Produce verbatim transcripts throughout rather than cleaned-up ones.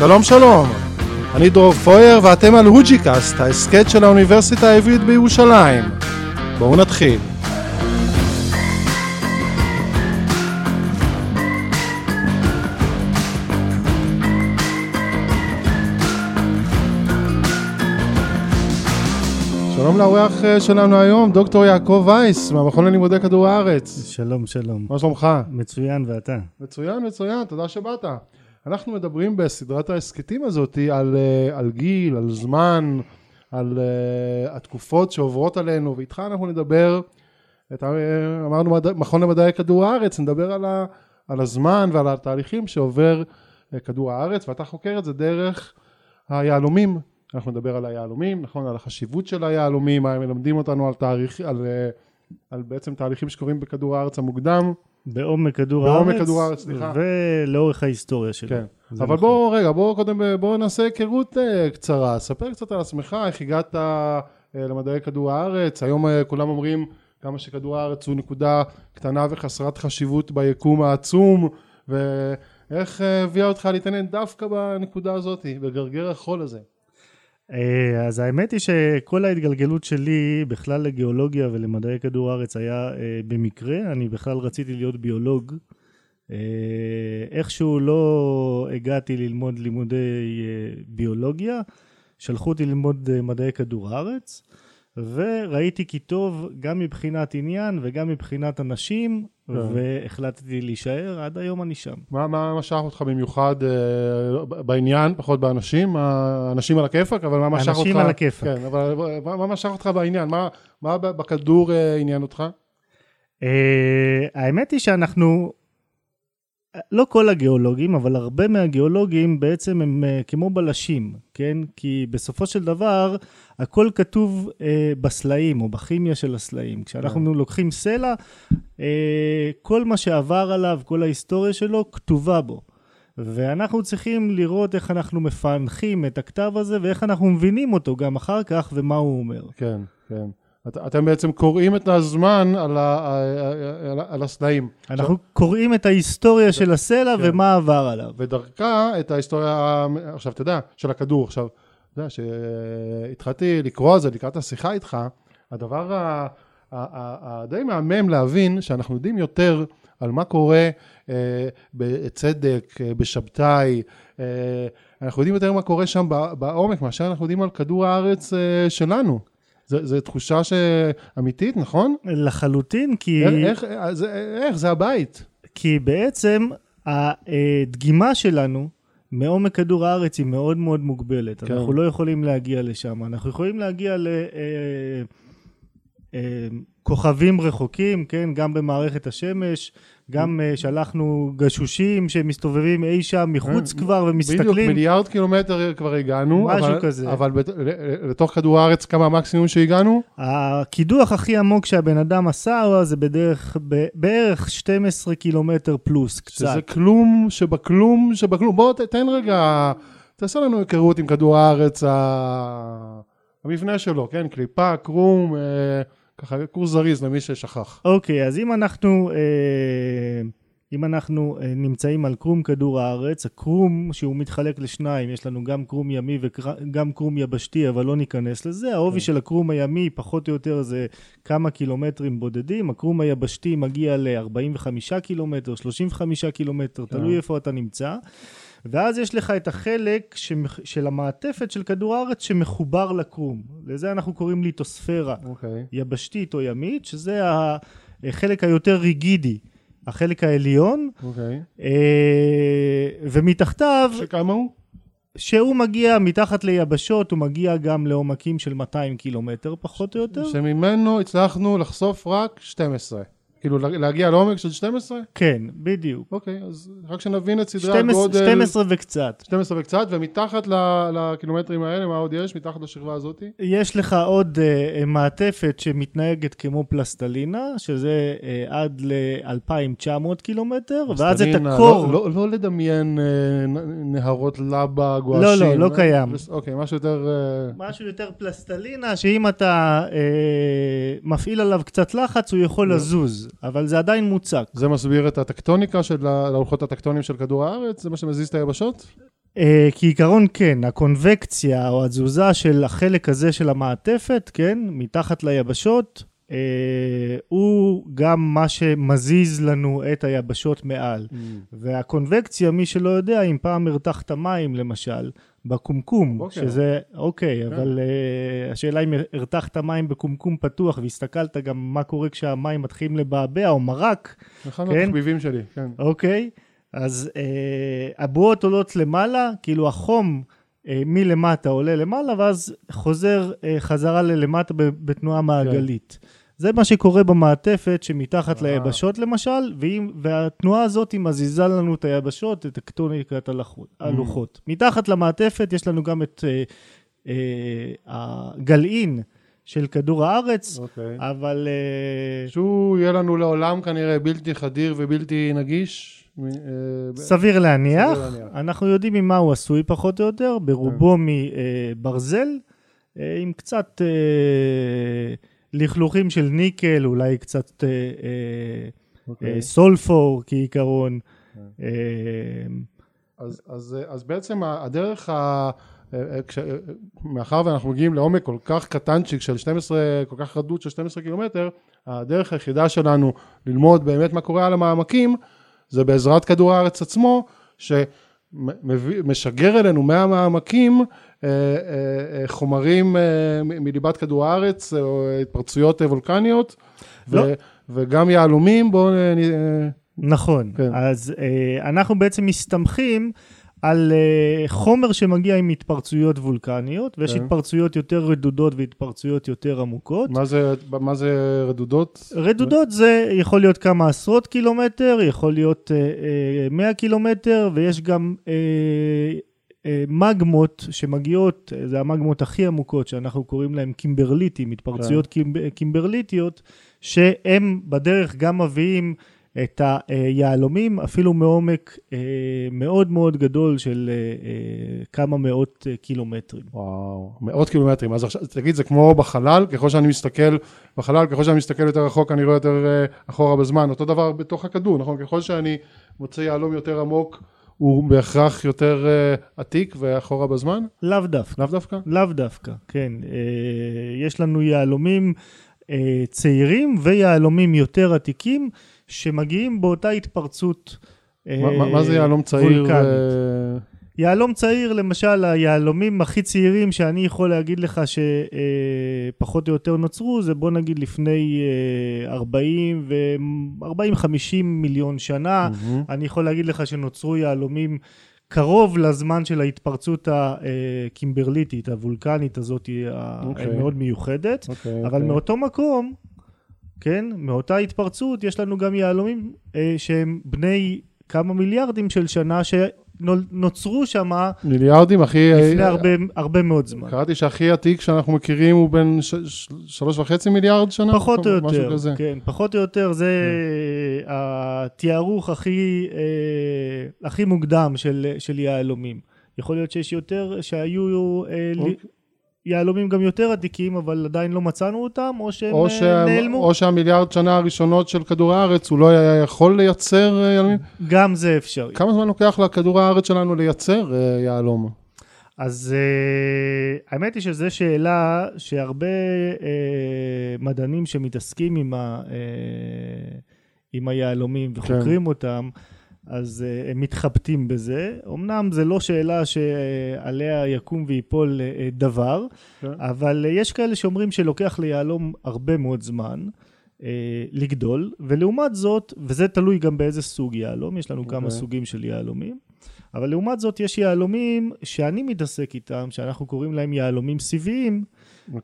שלום שלום, אני דרור פויר ואתם על הוג'יקאסט, ההסקט של האוניברסיטה העברית בירושלים. בואו נתחיל. שלום לאורח שלנו היום, דוקטור יעקב וייס, מהמכון ללימודי כדור הארץ. שלום, שלום. מה שלומך? מצוין, ואתה? מצוין, מצוין, תודה שבאת. אנחנו מדברים בסדרת ההסקטים הזאת על, על גיל, על זמן, על uh, התקופות שעוברות עלינו, ואיתך אנחנו נדבר, את, אמרנו מדע, מכון למדעי כדור הארץ, נדבר על, ה, על הזמן ועל התהליכים שעובר uh, כדור הארץ, ואתה חוקר את זה דרך היהלומים. אנחנו נדבר על היהלומים, נכון, על החשיבות של היהלומים, הם מלמדים אותנו על, תאריך, על, על בעצם תהליכים שקורים בכדור הארץ המוקדם. בעומק כדור בעומק הארץ, כדור הארץ, סליחה. ולאורך ההיסטוריה שלו. כן, אבל נכון. בוא רגע, בוא קודם, בוא נעשה היכרות uh, קצרה, ספר קצת על עצמך, איך הגעת uh, למדעי כדור הארץ, היום uh, כולם אומרים כמה שכדור הארץ הוא נקודה קטנה וחסרת חשיבות ביקום העצום, ואיך uh, הביאה אותך להתעניין דווקא בנקודה הזאת, בגרגר החול הזה. אז האמת היא שכל ההתגלגלות שלי בכלל לגיאולוגיה ולמדעי כדור הארץ היה במקרה, אני בכלל רציתי להיות ביולוג, איכשהו לא הגעתי ללמוד לימודי ביולוגיה, שלחו אותי ללמוד מדעי כדור הארץ, וראיתי כי טוב גם מבחינת עניין וגם מבחינת אנשים, והחלטתי להישאר, עד היום אני שם. מה, מה משך אותך במיוחד uh, בעניין, פחות באנשים, האנשים על הכיפק, אבל מה משך אותך? אנשים על הכיפק. כן, אבל מה, מה משך אותך בעניין? מה, מה בכדור uh, עניין אותך? Uh, האמת היא שאנחנו, לא כל הגיאולוגים, אבל הרבה מהגיאולוגים בעצם הם uh, כמו בלשים, כן? כי בסופו של דבר, הכל כתוב uh, בסלעים או בכימיה של הסלעים. כשאנחנו yeah. לוקחים סלע, uh, כל מה שעבר עליו, כל ההיסטוריה שלו, כתובה בו. ואנחנו צריכים לראות איך אנחנו מפענחים את הכתב הזה, ואיך אנחנו מבינים אותו גם אחר כך, ומה הוא אומר. כן, כן. את, אתם בעצם קוראים את הזמן על, ה, על, על הסלעים. אנחנו עכשיו, קוראים את ההיסטוריה של הסלע, כן. ומה עבר עליו. ודרכה את ההיסטוריה, עכשיו אתה יודע, של הכדור. עכשיו, אתה יודע, שהתחלתי לקרוא על זה, לקראת השיחה איתך, הדבר ה, ה, ה, ה, די מהמם להבין שאנחנו יודעים יותר על מה קורה אה, בצדק, אה, בשבתאי, אה, אנחנו יודעים יותר מה קורה שם בעומק, מאשר אנחנו יודעים על כדור הארץ אה, שלנו. זה, זה תחושה שאמיתית, נכון? לחלוטין, כי... איך, איך, זה, איך, זה הבית. כי בעצם הדגימה שלנו מעומק כדור הארץ היא מאוד מאוד מוגבלת. כן. אנחנו לא יכולים להגיע לשם. אנחנו יכולים להגיע לכוכבים רחוקים, כן? גם במערכת השמש, גם שלחנו גשושים שמסתובבים אי שם מחוץ כבר ומסתכלים. בדיוק, מיליארד קילומטר כבר הגענו. משהו אבל, כזה. אבל לתוך כדור הארץ כמה המקסימום שהגענו? הקידוח הכי עמוק שהבן אדם עשה זה בדרך, בערך שנים עשר קילומטר פלוס קצת. שזה כלום שבכלום שבכלום. בוא תן רגע, תעשה לנו היכרות עם כדור הארץ, המבנה שלו, כן? קליפה, קרום, ככה קורס זריז למי ששכח. אוקיי, אז אם אנחנו, אם אנחנו נמצאים על קרום כדור הארץ, הקרום שהוא מתחלק לשניים, יש לנו גם קרום ימי וגם קרום יבשתי, אבל לא ניכנס לזה. העובי של הקרום הימי פחות או יותר זה כמה קילומטרים בודדים, הקרום היבשתי מגיע ל-ארבעים וחמישה קילומטר, שלושים וחמישה קילומטר, תלוי איפה אתה נמצא. ואז יש לך את החלק של המעטפת של כדור הארץ שמחובר לקרום. לזה אנחנו קוראים ליטוספירה, okay. יבשתית או ימית, שזה החלק היותר ריגידי, החלק העליון. Okay. ומתחתיו... שכמה הוא? שהוא מגיע מתחת ליבשות, הוא מגיע גם לעומקים של מאתיים קילומטר, פחות או יותר. שממנו הצלחנו לחשוף רק שתים עשרה. כאילו להגיע לעומק של שתים עשרה? כן, בדיוק. אוקיי, אז רק שנבין את סדרי הגודל. שתים עשרה וקצת. שתים עשרה וקצת, ומתחת לקילומטרים האלה, מה עוד יש? מתחת לשכבה הזאת? יש לך עוד uh, מעטפת שמתנהגת כמו פלסטלינה, שזה uh, עד ל-אלפיים תשע מאות קילומטר, ואז את הקור... לא, לא, לא לדמיין uh, נהרות לבה, גואשים. לא, לא, לא לא קיים. פלס... אוקיי, משהו יותר... Uh... משהו יותר פלסטלינה, שאם אתה uh, מפעיל עליו קצת לחץ, הוא יכול לא. לזוז. אבל זה עדיין מוצק. זה מסביר את הטקטוניקה של הלוחות הטקטוניים של כדור הארץ? זה מה שמזיז את היבשות? כעיקרון כן, הקונבקציה או התזוזה של החלק הזה של המעטפת, כן, מתחת ליבשות, הוא גם מה שמזיז לנו את היבשות מעל. Mm. והקונבקציה, מי שלא יודע, אם פעם הרתחת מים למשל, בקומקום, okay. שזה, אוקיי, okay, okay. אבל uh, השאלה אם הרתחת מים בקומקום פתוח, והסתכלת גם מה קורה כשהמים מתחילים לבעבע, או מרק. נכון, כן? התחביבים שלי, כן. אוקיי, okay. אז uh, הבועות עולות למעלה, כאילו החום uh, מלמטה עולה למעלה, ואז חוזר uh, חזרה ללמטה בתנועה מעגלית. כן. זה מה שקורה במעטפת שמתחת אה. ליבשות למשל, ואם, והתנועה הזאת היא מזיזה לנו את היבשות, את טקטוניקת הלוחות. Mm. מתחת למעטפת יש לנו גם את אה, אה, הגלעין של כדור הארץ, okay. אבל... אה, שהוא יהיה לנו לעולם כנראה בלתי חדיר ובלתי נגיש. סביר להניח. סביר להניח. אנחנו יודעים ממה הוא עשוי פחות או יותר, ברובו מברזל, עם קצת... לכלוכים של ניקל, אולי קצת okay. סולפור כעיקרון. Okay. אז, אז, אז בעצם הדרך, ה... כש... מאחר ואנחנו מגיעים לעומק כל כך קטנצ'יק של שתים עשרה, כל כך רדוד של שנים עשר קילומטר, הדרך היחידה שלנו ללמוד באמת מה קורה על המעמקים, זה בעזרת כדור הארץ עצמו, שמשגר אלינו מהמעמקים, חומרים מליבת כדור הארץ, או התפרצויות וולקניות, לא. ו- וגם יעלומים, בואו... נכון, כן. אז אנחנו בעצם מסתמכים על חומר שמגיע עם התפרצויות וולקניות, ויש כן. התפרצויות יותר רדודות והתפרצויות יותר עמוקות. מה זה, מה זה רדודות? רדודות זה יכול להיות כמה עשרות קילומטר, יכול להיות מאה קילומטר, ויש גם... מגמות שמגיעות, זה המגמות הכי עמוקות שאנחנו קוראים להם קימברליטים, התפרצויות כן. קימברליטיות, שהם בדרך גם מביאים את היעלומים, אפילו מעומק מאוד מאוד גדול של כמה מאות קילומטרים. וואו, מאות קילומטרים. אז עכשיו, תגיד, זה כמו בחלל, ככל שאני מסתכל בחלל, ככל שאני מסתכל יותר רחוק, אני רואה יותר אחורה בזמן. אותו דבר בתוך הכדור, נכון? ככל שאני מוצא יעלום יותר עמוק, הוא בהכרח יותר uh, עתיק ואחורה בזמן? לאו דווקא. לאו דווקא? לאו דווקא, כן. Uh, יש לנו יעלומים uh, צעירים ויעלומים יותר עתיקים, שמגיעים באותה התפרצות uh, מה, מה זה יעלום צעיר? Uh... יעלום צעיר, למשל, היעלומים הכי צעירים שאני יכול להגיד לך שפחות או יותר נוצרו, זה בוא נגיד לפני ארבעים ו-ארבעים חמישים מיליון שנה. Mm-hmm. אני יכול להגיד לך שנוצרו יעלומים קרוב לזמן של ההתפרצות הקימברליטית, הוולקנית הזאת, okay. המאוד מיוחדת. Okay, אבל okay. מאותו מקום, כן, מאותה התפרצות, יש לנו גם יעלומים שהם בני כמה מיליארדים של שנה ש... נוצרו שם מיליארדים הכי לפני הרבה, הרבה מאוד זמן. קראתי שהכי עתיק שאנחנו מכירים הוא בין ש, ש, שלוש וחצי מיליארד שנה? פחות או יותר, כן, פחות או יותר זה כן. התיארוך הכי, הכי מוקדם של, של יעלומים. יכול להיות שיש יותר, שהיו אוקיי. יעלומים גם יותר עתיקים, אבל עדיין לא מצאנו אותם, או שהם או שה... נעלמו. או שהמיליארד שנה הראשונות של כדור הארץ, הוא לא היה יכול לייצר יעלומים? גם זה אפשרי. כמה זמן לוקח לכדור הארץ שלנו לייצר יעלום? אז uh, האמת היא שזו שאלה שהרבה uh, מדענים שמתעסקים עם, ה, uh, עם היעלומים וחוקרים כן. אותם, אז uh, הם מתחבטים בזה. אמנם זה לא שאלה שעליה יקום ויפול uh, דבר, כן. אבל uh, יש כאלה שאומרים שלוקח ליעלום הרבה מאוד זמן uh, לגדול, ולעומת זאת, וזה תלוי גם באיזה סוג יעלום, יש לנו okay. כמה סוגים של יעלומים, אבל לעומת זאת יש יעלומים שאני מתעסק איתם, שאנחנו קוראים להם יעלומים סיביים, okay.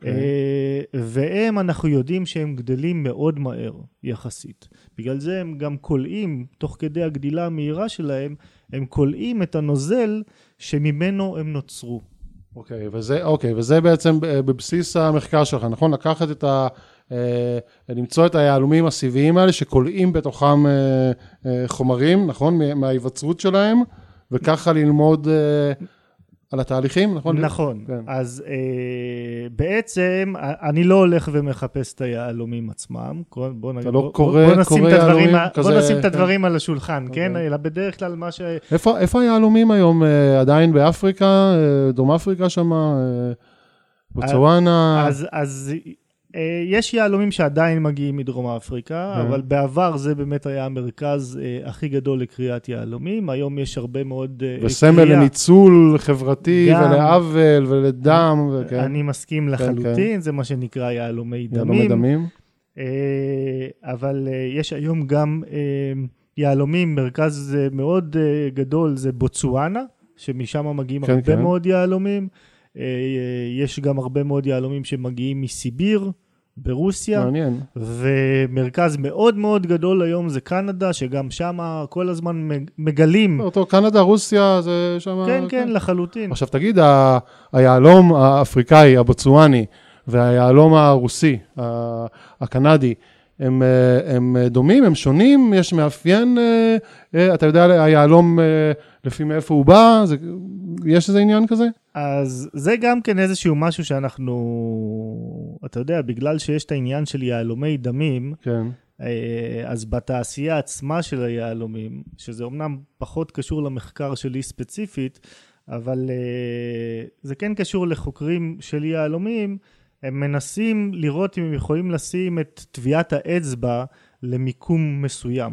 והם אנחנו יודעים שהם גדלים מאוד מהר יחסית. בגלל זה הם גם קולעים, תוך כדי הגדילה המהירה שלהם, הם קולעים את הנוזל שממנו הם נוצרו. אוקיי, okay, וזה, okay, וזה בעצם בבסיס המחקר שלך, נכון? לקחת את ה... למצוא את היעלומים הסיביים האלה שקולעים בתוכם חומרים, נכון? מההיווצרות שלהם, וככה ללמוד על התהליכים, נכון? נכון. כן. אז אה, בעצם, אני לא הולך ומחפש את היהלומים עצמם. בוא נגיד, אתה לא בוא, קורא, בוא נשים קורא את הדברים, יהלומים בוא כזה... נשים את כן. הדברים על השולחן, אוקיי. כן? אלא בדרך כלל מה ש... איפה, איפה היהלומים היום? אה, עדיין באפריקה? אה, דרום אפריקה שמה? אה, בוצואנה? אז, אז אה, יש יהלומים שעדיין מגיעים מדרום אפריקה, כן. אבל בעבר זה באמת היה המרכז אה, הכי גדול לקריאת יהלומים. היום יש הרבה מאוד אה, וסמל קריאה. לניצול חברתי גם, ולעוול ולדם. וכן. אני מסכים לחלוטין, כן, כן. זה מה שנקרא יהלומי יהלומי דמים. דמים. אה, אבל אה, יש היום גם אה, יהלומים, מרכז אה, מאוד אה, גדול זה בוצואנה, שמשם מגיעים כן, הרבה כן. מאוד יהלומים. אה, יש גם הרבה מאוד יהלומים שמגיעים מסיביר, ברוסיה. מעניין. ומרכז מאוד מאוד גדול היום זה קנדה, שגם שם כל הזמן מגלים. אותו קנדה, רוסיה, זה שם... כן, כן, לחלוטין. עכשיו תגיד, ה- היהלום האפריקאי, הבוצואני, והיהלום הרוסי, ה- הקנדי, הם, אה, הם דומים, הם שונים, יש מאפיין, אה, אה, אתה יודע, היהלום אה, לפי מאיפה הוא בא, זה, יש איזה עניין כזה? אז זה גם כן איזשהו משהו שאנחנו, אתה יודע, בגלל שיש את העניין של יהלומי דמים, כן. אז בתעשייה עצמה של היהלומים, שזה אומנם פחות קשור למחקר שלי ספציפית, אבל זה כן קשור לחוקרים של יהלומים, הם מנסים לראות אם הם יכולים לשים את טביעת האצבע למיקום מסוים.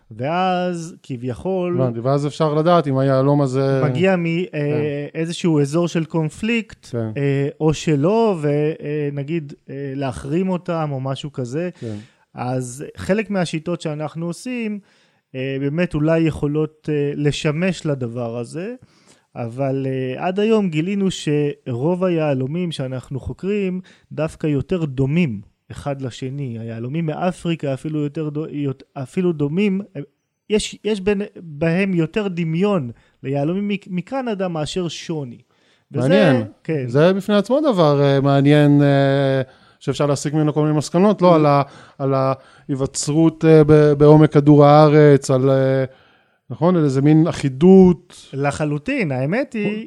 ואז כביכול... הבנתי, ואז אפשר לדעת אם היהלום הזה... מגיע מאיזשהו אזור של קונפליקט, כן. או שלא, ונגיד להחרים אותם או משהו כזה. כן. אז חלק מהשיטות שאנחנו עושים, באמת אולי יכולות לשמש לדבר הזה, אבל עד היום גילינו שרוב היהלומים שאנחנו חוקרים דווקא יותר דומים אחד לשני. היהלומים מאפריקה אפילו יותר אפילו דומים, יש יש בין, בהם יותר דמיון ליהלומים מקנדה מאשר שוני. מעניין. וזה, כן. זה בפני עצמו דבר מעניין שאפשר להסיק ממנו כל מיני מסקנות, לא על ה, על ההיווצרות בעומק כדור הארץ, על נכון? על איזה מין אחידות. לחלוטין, האמת היא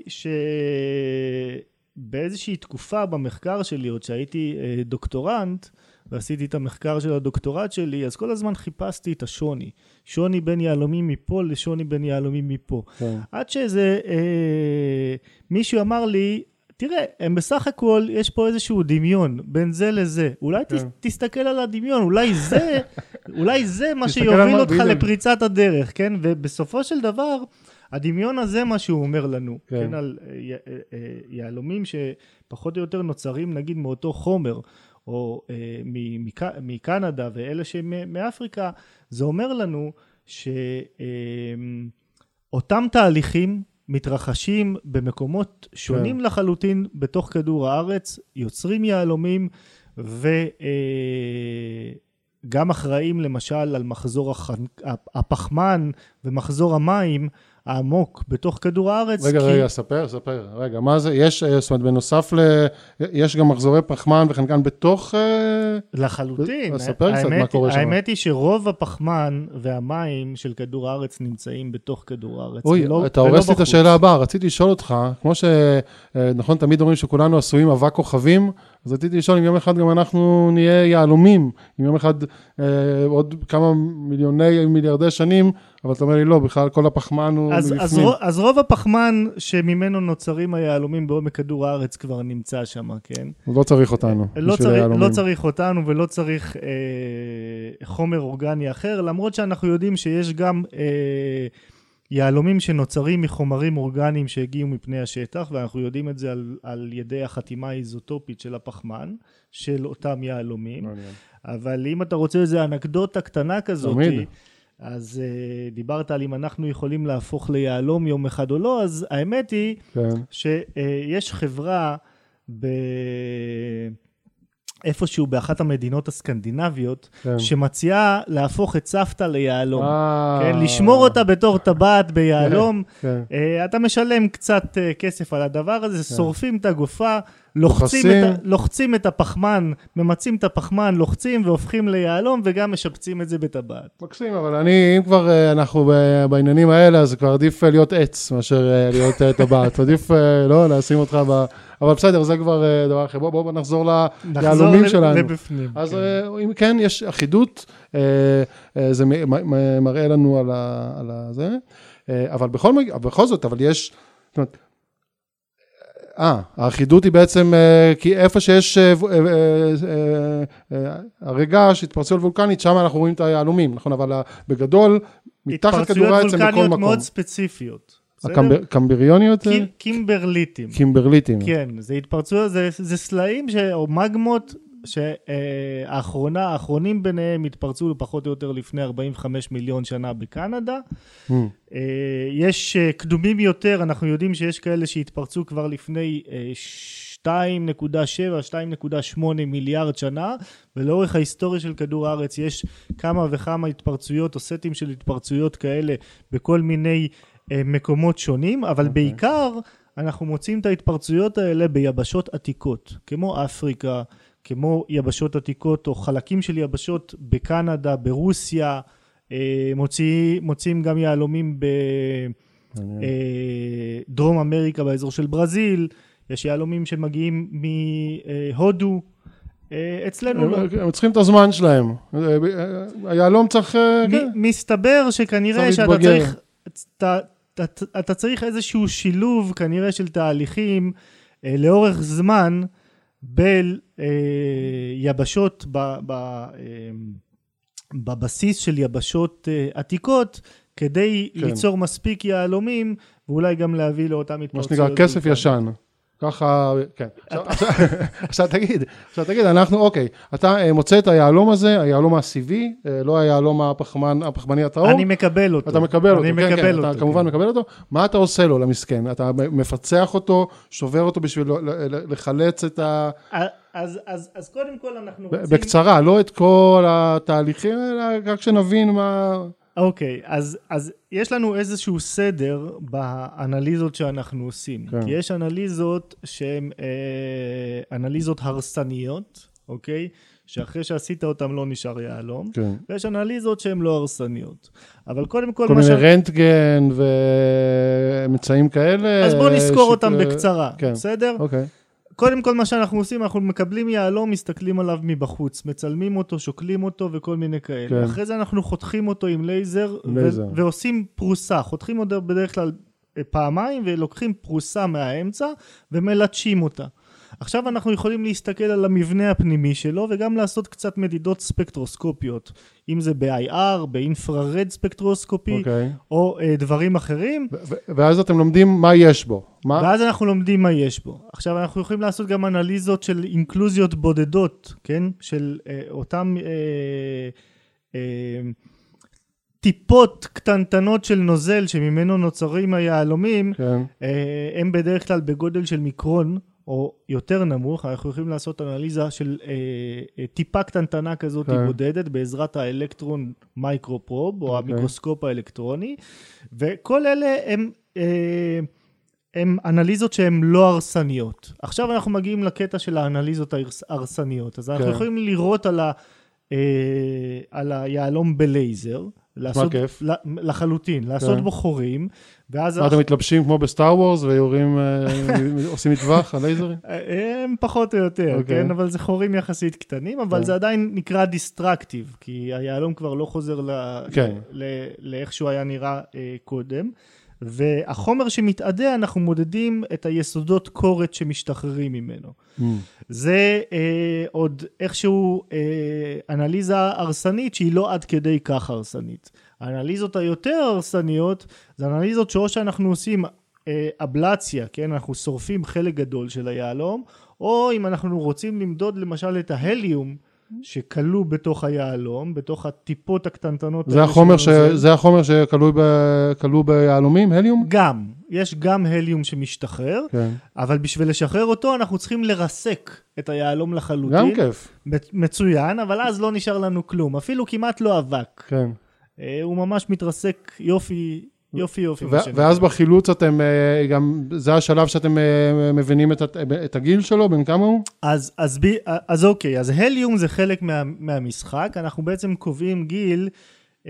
שבאיזושהי תקופה במחקר שלי, עוד שהייתי דוקטורנט, ועשיתי את המחקר של הדוקטורט שלי, אז כל הזמן חיפשתי את השוני. שוני בין יהלומים מפה לשוני בין יהלומים מפה. כן. עד שזה, אה, מישהו אמר לי, תראה, הם בסך הכל, יש פה איזשהו דמיון בין זה לזה. אולי כן. ת, תסתכל על הדמיון, אולי זה, אולי זה מה שיוביל אותך בידן. לפריצת הדרך, כן? ובסופו של דבר, הדמיון הזה מה שהוא אומר לנו, כן, כן על יהלומים שפחות או יותר נוצרים, נגיד, מאותו חומר, או אה, מק, מקנדה ואלה שמאפריקה, זה אומר לנו שאותם תהליכים מתרחשים במקומות שונים כן. לחלוטין בתוך כדור הארץ, יוצרים יהלומים וגם אחראים למשל על מחזור הפחמן ומחזור המים העמוק בתוך כדור הארץ. רגע, כי... רגע, ספר, ספר. רגע, מה זה? יש, זאת אומרת, בנוסף ל... יש גם מחזורי פחמן וחנקן בתוך... לחלוטין. ב... ספר קצת מה קורה שם. האמת היא שרוב הפחמן והמים של כדור הארץ נמצאים בתוך כדור הארץ. אוי, ולא, אתה הורס לי את השאלה הבאה. רציתי לשאול אותך, כמו שנכון, תמיד אומרים שכולנו עשויים אבק כוכבים, אז רציתי לשאול אם יום אחד גם אנחנו נהיה יהלומים, אם יום אחד אה, עוד כמה מיליוני, מיליארדי שנים, אבל אתה אומר לי לא, בכלל כל הפחמן הוא אז, מבפנים. אז, רוב, אז רוב הפחמן שממנו נוצרים היהלומים בעומק כדור הארץ כבר נמצא שם, כן? לא צריך אותנו. לא צריך, לא צריך אותנו ולא צריך אה, חומר אורגני אחר, למרות שאנחנו יודעים שיש גם... אה, יהלומים שנוצרים מחומרים אורגניים שהגיעו מפני השטח, ואנחנו יודעים את זה על, על ידי החתימה האיזוטופית של הפחמן, של אותם יהלומים. מעניין. אבל אם אתה רוצה איזו אנקדוטה קטנה כזאת, תמיד. אז uh, דיברת על אם אנחנו יכולים להפוך ליהלום יום אחד או לא, אז האמת היא כן. שיש uh, חברה ב... איפשהו באחת המדינות הסקנדינביות, כן. שמציעה להפוך את סבתא ליהלום. אה. כן, לשמור אותה בתור טבעת ביהלום. כן. אה, אתה משלם קצת אה, כסף על הדבר הזה, שורפים את הגופה, לוחצים את, ה- לוחצים את הפחמן, ממצים את הפחמן, לוחצים והופכים ליהלום, וגם משפצים את זה בטבעת. מקסים, אבל אני, אם כבר אה, אנחנו ב- בעניינים האלה, אז כבר עדיף אה, להיות עץ, מאשר אה, להיות אה, טבעת. עדיף, אה, לא, לשים אותך ב... אבל בסדר, זה כבר אה, דבר אחר. בואו בוא, בוא נחזור ליהלומים נחזור שלנו. לבפנים. אז כן. אה, אם כן, יש אחידות, אה, אה, זה מ- מ- מראה לנו על ה... על ה- זה, אה, אבל בכל, מג- בכל זאת, אבל יש... זאת אומרת, אה, האחידות היא בעצם, כי איפה שיש הרגע שהתפרצות וולקנית, שם אנחנו רואים את היהלומים, נכון? אבל בגדול, מתחת כדור הארץ הם בכל מקום. התפרצויות וולקניות מאוד ספציפיות. הקמבריוניות? קימברליטים. קימברליטים. כן, זה התפרצויות, זה סלעים או מגמות שהאחרונה, האחרונים ביניהם התפרצו פחות או יותר לפני ארבעים וחמישה מיליון שנה בקנדה. יש קדומים יותר, אנחנו יודעים שיש כאלה שהתפרצו כבר לפני שתיים נקודה שבע, שתיים נקודה שמונה מיליארד שנה, ולאורך ההיסטוריה של כדור הארץ יש כמה וכמה התפרצויות או סטים של התפרצויות כאלה בכל מיני מקומות שונים, אבל okay. בעיקר אנחנו מוצאים את ההתפרצויות האלה ביבשות עתיקות, כמו אפריקה, כמו יבשות עתיקות או חלקים של יבשות בקנדה, ברוסיה, מוציא, מוצאים גם יהלומים בדרום אמריקה באזור של ברזיל, יש יהלומים שמגיעים מהודו, אצלנו לא. הם צריכים את הזמן שלהם, היהלום צריך... מסתבר שכנראה שאתה צריך, אתה, אתה, אתה צריך איזשהו שילוב כנראה של תהליכים לאורך זמן, ביבשות, בבסיס של יבשות עתיקות, כדי ליצור מספיק יהלומים, ואולי גם להביא לאותם התפרצויות. מה שנקרא כסף ישן. ככה, כן. עכשיו תגיד, עכשיו תגיד, אנחנו, אוקיי, אתה מוצא את היהלום הזה, היהלום הסיבי, לא היהלום הפחמני הטהור. אני מקבל אותו. אתה מקבל אותו, כן, כן, אתה כמובן מקבל אותו. מה אתה עושה לו למסכן? אתה מפצח אותו, שובר אותו בשביל לחלץ את ה... אז קודם כל אנחנו רוצים... בקצרה, לא את כל התהליכים, אלא רק שנבין מה... אוקיי, אז, אז יש לנו איזשהו סדר באנליזות שאנחנו עושים. כן. כי יש אנליזות שהן אה, אנליזות הרסניות, אוקיי? שאחרי שעשית אותם לא נשאר יהלום. כן. ויש אנליזות שהן לא הרסניות. אבל קודם כל... כל מיני ש... רנטגן ומצאים כאלה. אז בואו נזכור ש... אותם בקצרה, כן. בסדר? אוקיי. קודם כל מה שאנחנו עושים, אנחנו מקבלים יהלום, מסתכלים עליו מבחוץ, מצלמים אותו, שוקלים אותו וכל מיני כאלה. כן. אחרי זה אנחנו חותכים אותו עם לייזר, לייזר. ו- ועושים פרוסה. חותכים אותו בדרך כלל פעמיים ולוקחים פרוסה מהאמצע ומלטשים אותה. עכשיו אנחנו יכולים להסתכל על המבנה הפנימי שלו וגם לעשות קצת מדידות ספקטרוסקופיות, אם זה ב-איי אר, באינפרארד ספקטרוסקופי, okay. או uh, דברים אחרים. ו- ו- ואז אתם לומדים מה יש בו. מה? ואז אנחנו לומדים מה יש בו. עכשיו אנחנו יכולים לעשות גם אנליזות של אינקלוזיות בודדות, כן? של uh, אותם... Uh, uh, טיפות קטנטנות של נוזל שממנו נוצרים היהלומים, כן. הם בדרך כלל בגודל של מיקרון או יותר נמוך. אנחנו יכולים לעשות אנליזה של אה, טיפה קטנטנה כזאת כן. בודדת בעזרת האלקטרון מייקרופרוב או okay. המיקרוסקופ האלקטרוני, וכל אלה הם, אה, הם אנליזות שהן לא הרסניות. עכשיו אנחנו מגיעים לקטע של האנליזות ההרסניות, אז אנחנו כן. יכולים לראות על, ה, אה, על היהלום בלייזר, לעשות, לחלוטין, לעשות בו חורים, ואז... מה, אתם מתלבשים כמו בסטאר וורס ויורים, עושים מטווח, הלייזרים? הם פחות או יותר, כן? אבל זה חורים יחסית קטנים, אבל זה עדיין נקרא דיסטרקטיב, כי היהלום כבר לא חוזר לאיך שהוא היה נראה קודם, והחומר שמתעדה, אנחנו מודדים את היסודות קורת שמשתחררים ממנו. Mm. זה אה, עוד איכשהו אה, אנליזה הרסנית שהיא לא עד כדי כך הרסנית. האנליזות היותר הרסניות זה אנליזות שאו שאנחנו עושים אה, אבלציה, כן? אנחנו שורפים חלק גדול של היהלום, או אם אנחנו רוצים למדוד למשל את ההליום שכלוא בתוך היעלום, בתוך הטיפות הקטנטנות. זה החומר, ש... זה החומר שכלוא ב... כלוא ביעלומים, הליום? גם, יש גם הליום שמשתחרר, כן. אבל בשביל לשחרר אותו אנחנו צריכים לרסק את היעלום לחלוטין. גם כיף. מצוין, אבל אז לא נשאר לנו כלום, אפילו כמעט לא אבק. כן. הוא ממש מתרסק יופי, יופי יופי. ו- ואז בחילוץ אתם, גם, זה השלב שאתם מבינים את, את הגיל שלו, בין כמה הוא? אז, אז, ב, אז אוקיי, אז הליום זה חלק מה, מהמשחק, אנחנו בעצם קובעים גיל אה,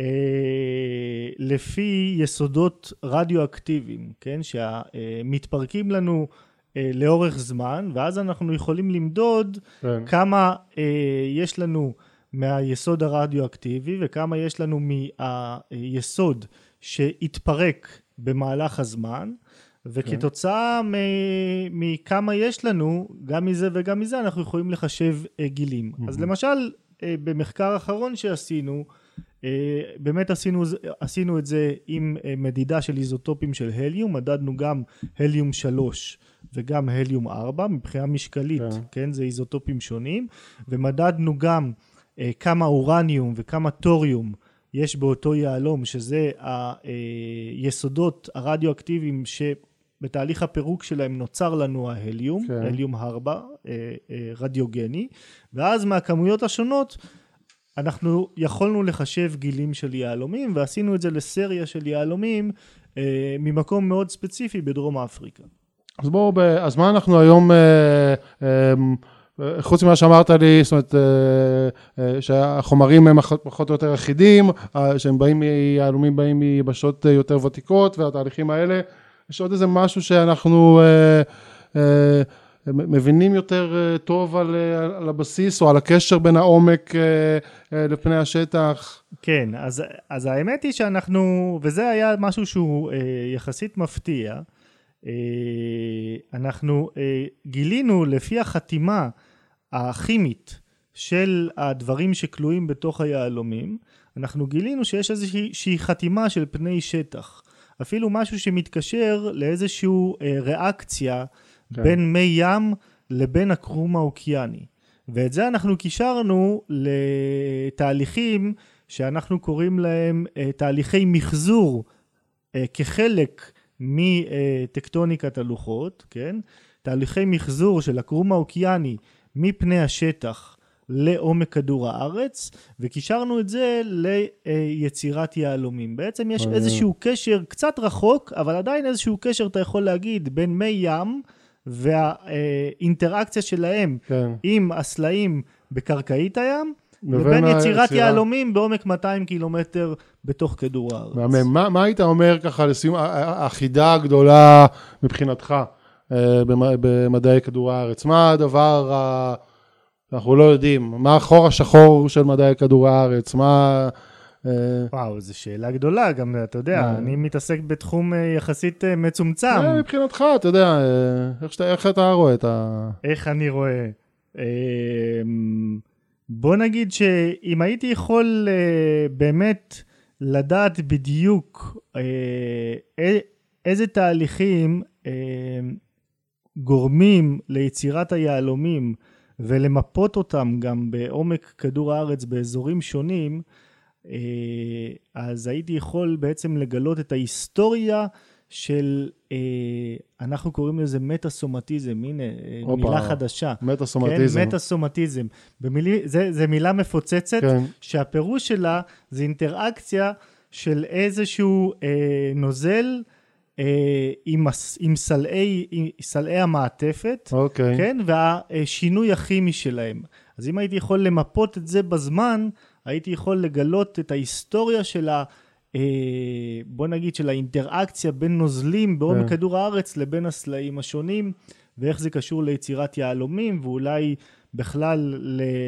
לפי יסודות רדיואקטיביים, כן, שמתפרקים לנו אה, לאורך זמן, ואז אנחנו יכולים למדוד כן. כמה אה, יש לנו מהיסוד הרדיואקטיבי, וכמה יש לנו מהיסוד שהתפרק במהלך הזמן, וכתוצאה okay. מכמה יש לנו, גם מזה וגם מזה, אנחנו יכולים לחשב גילים. Mm-hmm. אז למשל, במחקר האחרון שעשינו, באמת עשינו, עשינו את זה עם מדידה של איזוטופים של הליום, מדדנו גם הליום שלוש וגם הליום ארבע, מבחינה משקלית, okay. כן, זה איזוטופים שונים, ומדדנו גם כמה אורניום וכמה טוריום, יש באותו יעלום, שזה היסודות הרדיואקטיביים שבתהליך הפירוק שלהם נוצר לנו ההליום, כן. הליום ארבע, רדיוגני, ואז מהכמויות השונות אנחנו יכולנו לחשב גילים של יעלומים, ועשינו את זה לסריה של יעלומים ממקום מאוד ספציפי בדרום אפריקה. אז בואו, אז מה אנחנו היום... חוץ ממה שאמרת לי, זאת אומרת, שהחומרים הם פחות או יותר אחידים, שהם באים מיעלומים, באים מיבשות יותר ותיקות, והתהליכים האלה, יש עוד איזה משהו שאנחנו מבינים יותר טוב על, על הבסיס, או על הקשר בין העומק לפני השטח. כן, אז, אז האמת היא שאנחנו, וזה היה משהו שהוא יחסית מפתיע, אנחנו גילינו לפי החתימה הכימית של הדברים שכלואים בתוך היעלומים, אנחנו גילינו שיש איזושהי חתימה של פני שטח, אפילו משהו שמתקשר לאיזושהי ריאקציה כן. בין מי ים לבין הקרום האוקיאני, ואת זה אנחנו קישרנו לתהליכים שאנחנו קוראים להם תהליכי מחזור כחלק מטקטוניקת הלוחות, כן? תהליכי מחזור של הקרום האוקיאני מפני השטח לעומק כדור הארץ, וקישרנו את זה ליצירת יעלומים. בעצם יש איזשהו קשר קצת רחוק, אבל עדיין איזשהו קשר אתה יכול להגיד בין מי ים והאינטראקציה שלהם כן. עם הסלעים בקרקעית הים, לבין יצירת יעלומים בעומק מאתיים קילומטר בתוך כדור הארץ. מה, מה היית אומר ככה לסיום, החידה הגדולה מבחינתך במדעי כדור הארץ? מה הדבר, אנחנו לא יודעים, מה החור השחור של מדעי כדור הארץ? מה... וואו, זו שאלה גדולה, גם אתה יודע, אני מתעסק בתחום יחסית מצומצם. מבחינתך, אתה יודע, איך אתה רואה את ה... איך אני רואה? בוא נגיד שאם הייתי יכול uh, באמת לדעת בדיוק uh, איזה תהליכים uh, גורמים ליצירת היעלומים ולמפות אותם גם בעומק כדור הארץ באזורים שונים, uh, אז הייתי יכול בעצם לגלות את ההיסטוריה של, אה, אנחנו קוראים לזה מטאסומטיזם, הנה, אופה, מילה חדשה. מטאסומטיזם. כן, מטאסומטיזם. במילי, זה, זה מילה מפוצצת, כן. שהפירוש שלה זה אינטראקציה של איזשהו אה, נוזל אה, עם, עם סלעי, עם סלעי המעטפת, אוקיי. כן, והשינוי הכימי שלהם. אז אם הייתי יכול למפות את זה בזמן, הייתי יכול לגלות את ההיסטוריה של ה... בוא נגיד של האינטראקציה בין נוזלים בעומק כדור הארץ לבין הסלעים השונים, ואיך זה קשור ליצירת יעלומים, ואולי בכלל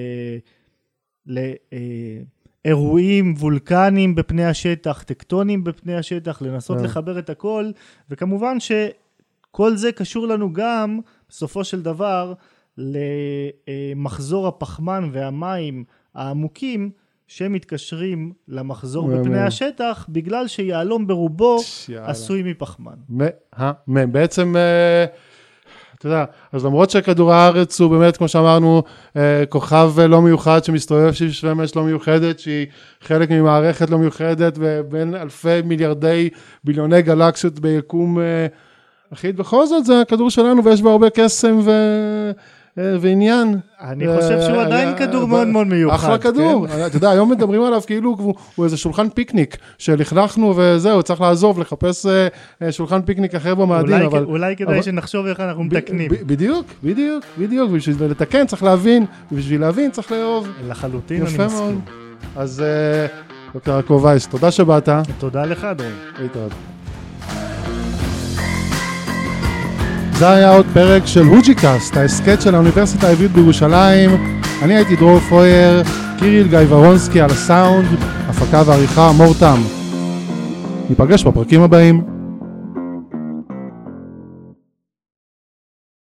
לאירועים וולקניים בפני השטח, טקטונים בפני השטח, לנסות לחבר את הכל, וכמובן שכל זה קשור לנו גם בסופו של דבר למחזור הפחמן והמים העמוקים, שמתקשרים למחזור בפני השטח, בגלל שיעלום ברובו עשוי מפחמן. מהמם. בעצם, אתה יודע, אז למרות שכדור הארץ הוא באמת, כמו שאמרנו, כוכב לא מיוחד שמסתובב של שמש לא מיוחדת, שהיא חלק ממערכת לא מיוחדת, ובין אלפי מיליארדי ביליוני גלקסיות ביקום אחיד, בכל זאת זה הכדור שלנו, ויש בו הרבה קסם ו... ועניין. אני חושב שהוא עדיין כדור מאוד מאוד מיוחד. אחלה כדור. אתה יודע, היום מדברים עליו כאילו הוא איזה שולחן פיקניק, שלכלכנו וזהו, צריך לעזוב, לחפש שולחן פיקניק אחר במאדים. אולי כדאי שנחשוב איך אנחנו מתקנים. בדיוק, בדיוק, בדיוק. בשביל לתקן צריך להבין, ובשביל להבין צריך לאהוב. לחלוטין אני מסכים. אז דוקטור יעקב וייס, תודה שבאת. תודה לך, דרור. להתראות. זה היה עוד פרק של הוג'יקאסט, ההסקט של האוניברסיטה העברית בירושלים. אני הייתי דרור פויר, קיריל גיא ורונסקי על הסאונד, הפקה ועריכה מור תם. ניפגש בפרקים הבאים.